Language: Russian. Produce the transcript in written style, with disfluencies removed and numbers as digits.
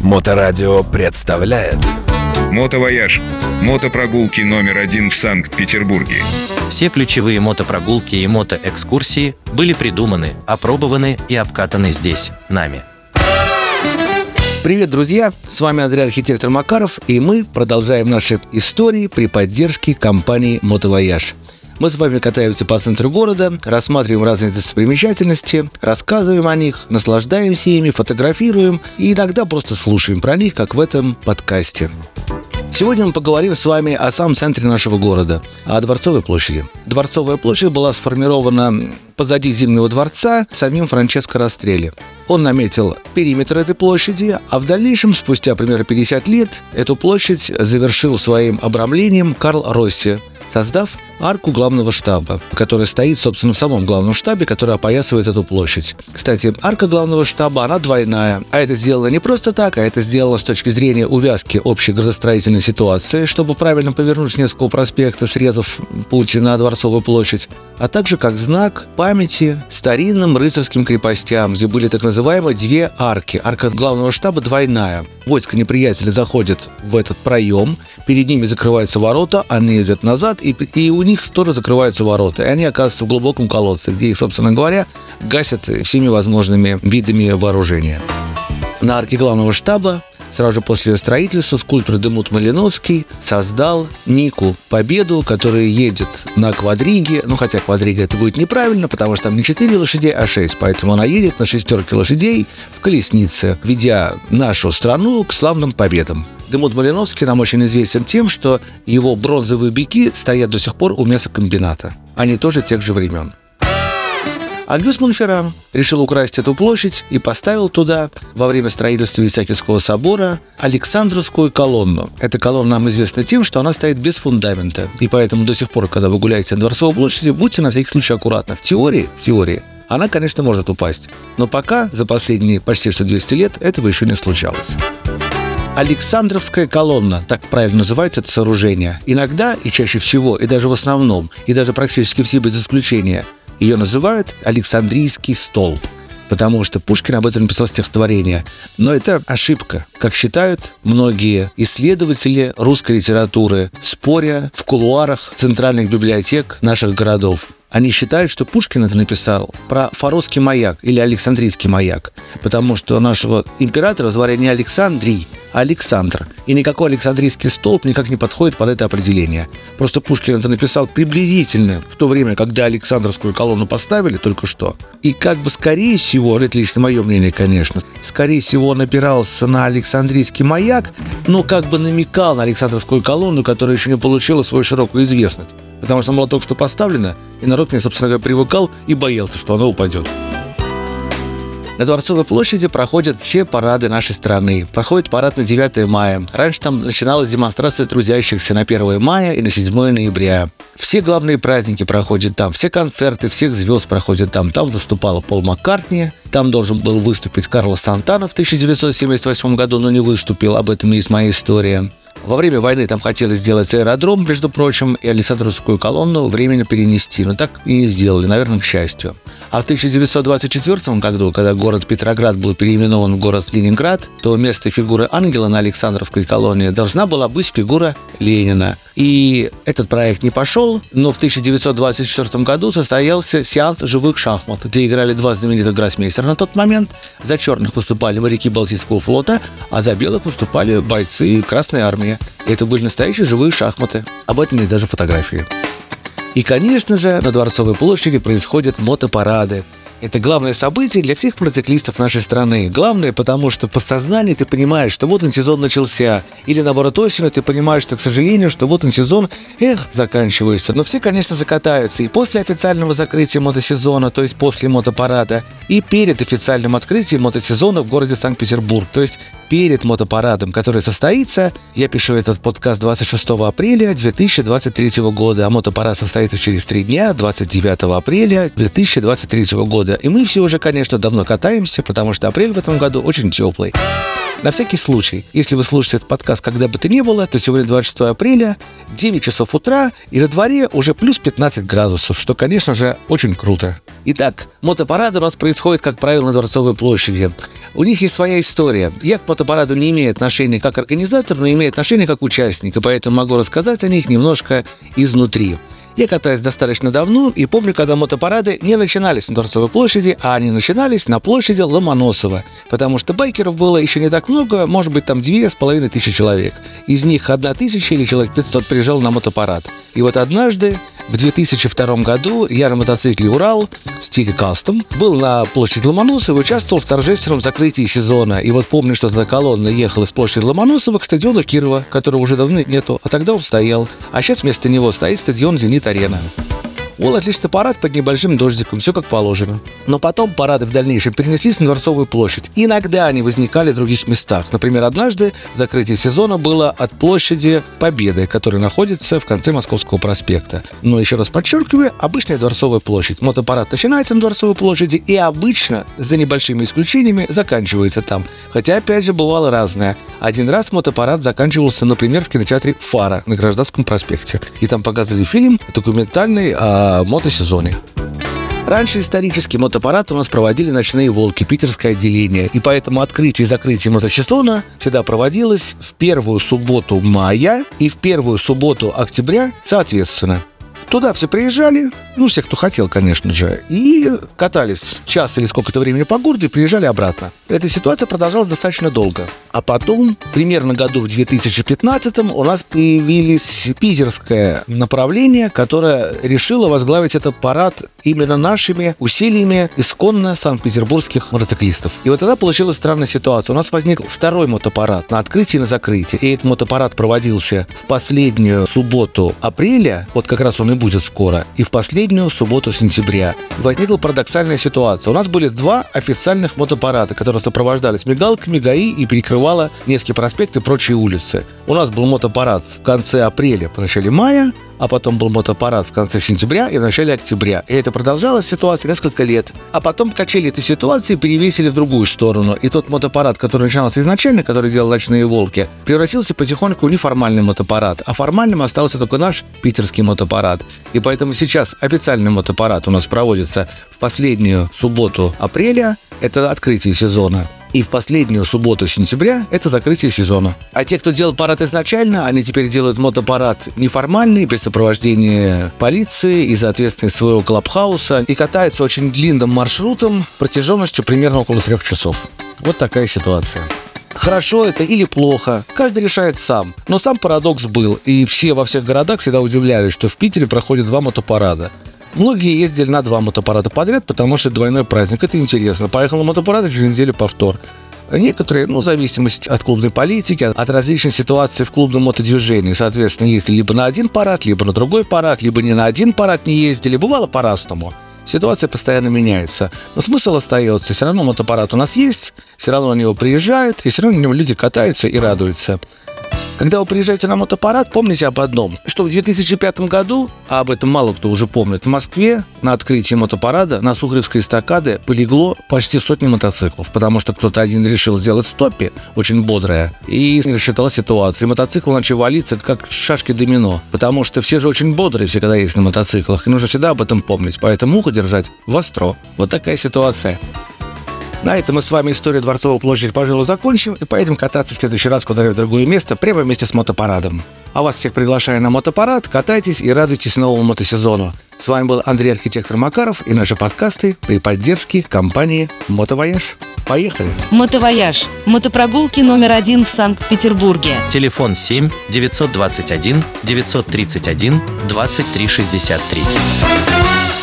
Моторадио представляет Мотовояж. Мотопрогулки номер 1 в Санкт-Петербурге. Все ключевые мотопрогулки и мотоэкскурсии были придуманы, опробованы и обкатаны здесь, нами. Привет, друзья! С вами Андрей Архитектор Макаров, и мы продолжаем наши истории при поддержке компании «Мотовояж». Мы с вами катаемся по центру города, рассматриваем разные достопримечательности, рассказываем о них, наслаждаемся ими, фотографируем и иногда просто слушаем про них, как в этом подкасте. Сегодня мы поговорим с вами о самом центре нашего города, о Дворцовой площади. Дворцовая площадь была сформирована позади Зимнего дворца самим Франческо Растрелли. Он наметил периметр этой площади, а в дальнейшем, спустя примерно 50 лет, эту площадь завершил своим обрамлением Карл Росси, создав арку главного штаба, которая стоит, собственно, в самом главном штабе, который опоясывает эту площадь. Кстати, арка главного штаба, она двойная. А это сделано не просто так, а это сделано с точки зрения увязки общей градостроительной ситуации, чтобы правильно повернуть с Невского проспекта, срезав путь на Дворцовую площадь, а также как знак памяти старинным рыцарским крепостям, где были так называемые две арки. Арка главного штаба двойная. Войско неприятеля заходит в этот проем, перед ними закрываются ворота, они идут назад, и у них тоже закрываются ворота, и они оказываются в глубоком колодце, где их, собственно говоря, гасят всеми возможными видами вооружения. На арке главного штаба сразу же после строительства скульптор Демут Малиновский создал Нику Победу, которая едет на квадриге, хотя квадрига это будет неправильно, потому что там не 4 лошадей, а 6, поэтому она едет на 6 лошадей в колеснице, ведя нашу страну к славным победам. Демут Малиновский нам очень известен тем, что его бронзовые быки стоят до сих пор у мясокомбината. Они тоже тех же времен. А Гюс Монферран решил украсть эту площадь и поставил туда во время строительства Исаакиевского собора Александровскую колонну. Эта колонна нам известна тем, что она стоит без фундамента. И поэтому до сих пор, когда вы гуляете на Дворцовой площади, будьте на всякий случай аккуратны. В теории, она, конечно, может упасть. Но пока, за последние почти что 200 лет, этого еще не случалось. Александровская колонна, так правильно называется это сооружение. Иногда, и чаще всего, и даже в основном, и даже практически все без исключения, ее называют Александрийский столб, потому что Пушкин об этом написал стихотворение. Но это ошибка, как считают многие исследователи русской литературы, споря в кулуарах центральных библиотек наших городов. Они считают, что Пушкин это написал про Форосский маяк или Александрийский маяк, потому что нашего императора звали не Александрий, а Александр. И никакой Александрийский столб никак не подходит под это определение. Просто Пушкин это написал приблизительно в то время, когда Александровскую колонну поставили только что. И скорее всего, это лично мое мнение, конечно, скорее всего он опирался на Александрийский маяк, но намекал на Александровскую колонну, которая еще не получила свою широкую известность. Потому что она была только что поставлена, и народ к ней, собственно говоря, привыкал и боялся, что она упадет. На Дворцовой площади проходят все парады нашей страны. Проходит парад на 9 мая. Раньше там начиналась демонстрация трудящихся на 1 мая и на 7 ноября. Все главные праздники проходят там, все концерты всех звезд проходят там. Там выступал Пол Маккартни, там должен был выступить Карлос Сантана в 1978 году, но не выступил. Об этом есть моя история. Во время войны там хотели сделать аэродром, между прочим, и Александровскую колонну временно перенести, но так и не сделали, наверное, к счастью. А в 1924 году, когда город Петроград был переименован в город Ленинград, то вместо фигуры ангела на Александровской колонне должна была быть фигура Ленина. И этот проект не пошел, но в 1924 году состоялся сеанс живых шахмат, где играли два знаменитых гроссмейстера на тот момент. За черных выступали моряки Балтийского флота, а за белых выступали бойцы Красной армии. И это были настоящие живые шахматы. Об этом есть даже фотографии. И, конечно же, на Дворцовой площади происходят мотопарады. Это главное событие для всех мотоциклистов нашей страны. Главное, потому что в подсознании ты понимаешь, что вот он сезон начался. Или наоборот осенью ты понимаешь, что, к сожалению, что вот он сезон, заканчивается. Но все, конечно, закатаются и после официального закрытия мотосезона, то есть после мотопарада, и перед официальным открытием мотосезона в городе Санкт-Петербург, то есть перед мотопарадом, который состоится, я пишу этот подкаст 26 апреля 2023 года, а мотопарад состоится через 3 дня, 29 апреля 2023 года. И мы все уже, конечно, давно катаемся, потому что апрель в этом году очень теплый. На всякий случай, если вы слушаете этот подкаст когда бы то ни было, то сегодня 26 апреля, 9 часов утра, и на дворе уже плюс 15 градусов, что, конечно же, очень круто. Итак, мотопарады у нас происходят, как правило, на Дворцовой площади. У них есть своя история. Я к мотопараду не имею отношения как организатор, но имею отношение как участник, и поэтому могу рассказать о них немножко изнутри. Я катаюсь достаточно давно и помню, когда мотопарады не начинались на Дворцовой площади, а они начинались на площади Ломоносова, потому что байкеров было еще не так много, может быть, там 2500 человек. Из них 1000 или человек 500 приезжал на мотопарад. И вот однажды, в 2002 году, я на мотоцикле «Урал» в стиле кастом был на площади Ломоносова и участвовал в торжественном закрытии сезона. И вот помню, что эта колонна ехала с площади Ломоносова к стадиону Кирова, которого уже давно нету, а тогда он стоял. А сейчас вместо него стоит стадион «Зенит-Арена». Был отличный парад под небольшим дождиком, все как положено. Но потом парады в дальнейшем перенеслись на Дворцовую площадь. Иногда они возникали в других местах. Например, однажды закрытие сезона было от площади Победы, которая находится в конце Московского проспекта. Но еще раз подчеркиваю, обычная Дворцовая площадь. Мотопарад начинается на Дворцовой площади и обычно, за небольшими исключениями, заканчивается там. Хотя, опять же, бывало разное. Один раз мотопарад заканчивался, например, в кинотеатре «Фара» на Гражданском проспекте. И там показывали фильм документальный о мотосезоне. Раньше исторически мотопарад у нас проводили «Ночные волки», питерское отделение, и поэтому открытие и закрытие мотосезона всегда проводилось в первую субботу мая и в первую субботу октября соответственно. Туда все приезжали, все, кто хотел, конечно же, и катались час или сколько-то времени по городу и приезжали обратно. Эта ситуация продолжалась достаточно долго. А потом, примерно году в 2015-м, у нас появилось питерское направление, которое решило возглавить этот парад именно нашими усилиями исконно санкт-петербургских мотоциклистов. И вот тогда получилась странная ситуация. У нас возник второй мотопарад на открытии и на закрытии. И этот мотопарад проводился в последнюю субботу апреля, вот как раз он и будет скоро, и в последнюю субботу сентября. Возникла парадоксальная ситуация. У нас были два официальных мотопарада, которые сопровождались мигалками ГАИ и перекрывала Невский проспект и прочие улицы. У нас был мотопарад в конце апреля, в начале мая, а потом был мотопарад в конце сентября и в начале октября. И это продолжалась ситуация несколько лет. А потом качели этой ситуации перевесили в другую сторону. И тот мотопарад, который начинался изначально, который делал «Ночные волки», превратился потихоньку в неформальный мотопарад. А формальным остался только наш питерский мотопарад. И поэтому сейчас официальный мотопарад у нас проводится в последнюю субботу апреля. Это открытие сезона. И в последнюю субботу сентября это закрытие сезона. А те, кто делал парад изначально, они теперь делают мотопарад неформальный, без сопровождения полиции и, соответственно, своего клабхауса, и катаются очень длинным маршрутом протяженностью примерно около 3 часов. Вот такая ситуация. Хорошо это или плохо, каждый решает сам. Но сам парадокс был, и все во всех городах всегда удивлялись, что в Питере проходят 2 мотопарада. Многие ездили на 2 мотопарада подряд, потому что это двойной праздник. Это интересно. Поехал на мотопарад, через неделю повтор. Некоторые, в зависимости от клубной политики, от различных ситуаций в клубном мотодвижении, соответственно, ездили либо на один парад, либо на другой парад, либо ни на один парад не ездили. Бывало по-разному. Ситуация постоянно меняется. Но смысл остается. Все равно мотопарад у нас есть, все равно на него приезжают, и все равно на него люди катаются и радуются. Когда вы приезжаете на мотопарад, помните об одном, что в 2005 году, а об этом мало кто уже помнит, в Москве на открытии мотопарада на Сухаревской эстакаде полегло почти 100 мотоциклов, потому что кто-то один решил сделать стопи, очень бодрое, и не рассчитал ситуацию. И мотоцикл начал валиться, как шашки домино, потому что все же очень бодрые, все, когда есть на мотоциклах, и нужно всегда об этом помнить, поэтому ухо держать востро. Вот такая ситуация. На этом мы с вами историю Дворцовой площади, пожалуй, закончим и поедем кататься в следующий раз куда-нибудь в другое место, прямо вместе с мотопарадом. А вас всех приглашаю на мотопарад, катайтесь и радуйтесь новому мотосезону. С вами был Андрей Архитектор Макаров и наши подкасты при поддержке компании «Мотовояж». Поехали! «Мотовояж» – мотопрогулки номер 1 в Санкт-Петербурге. Телефон 7 921 931 2363.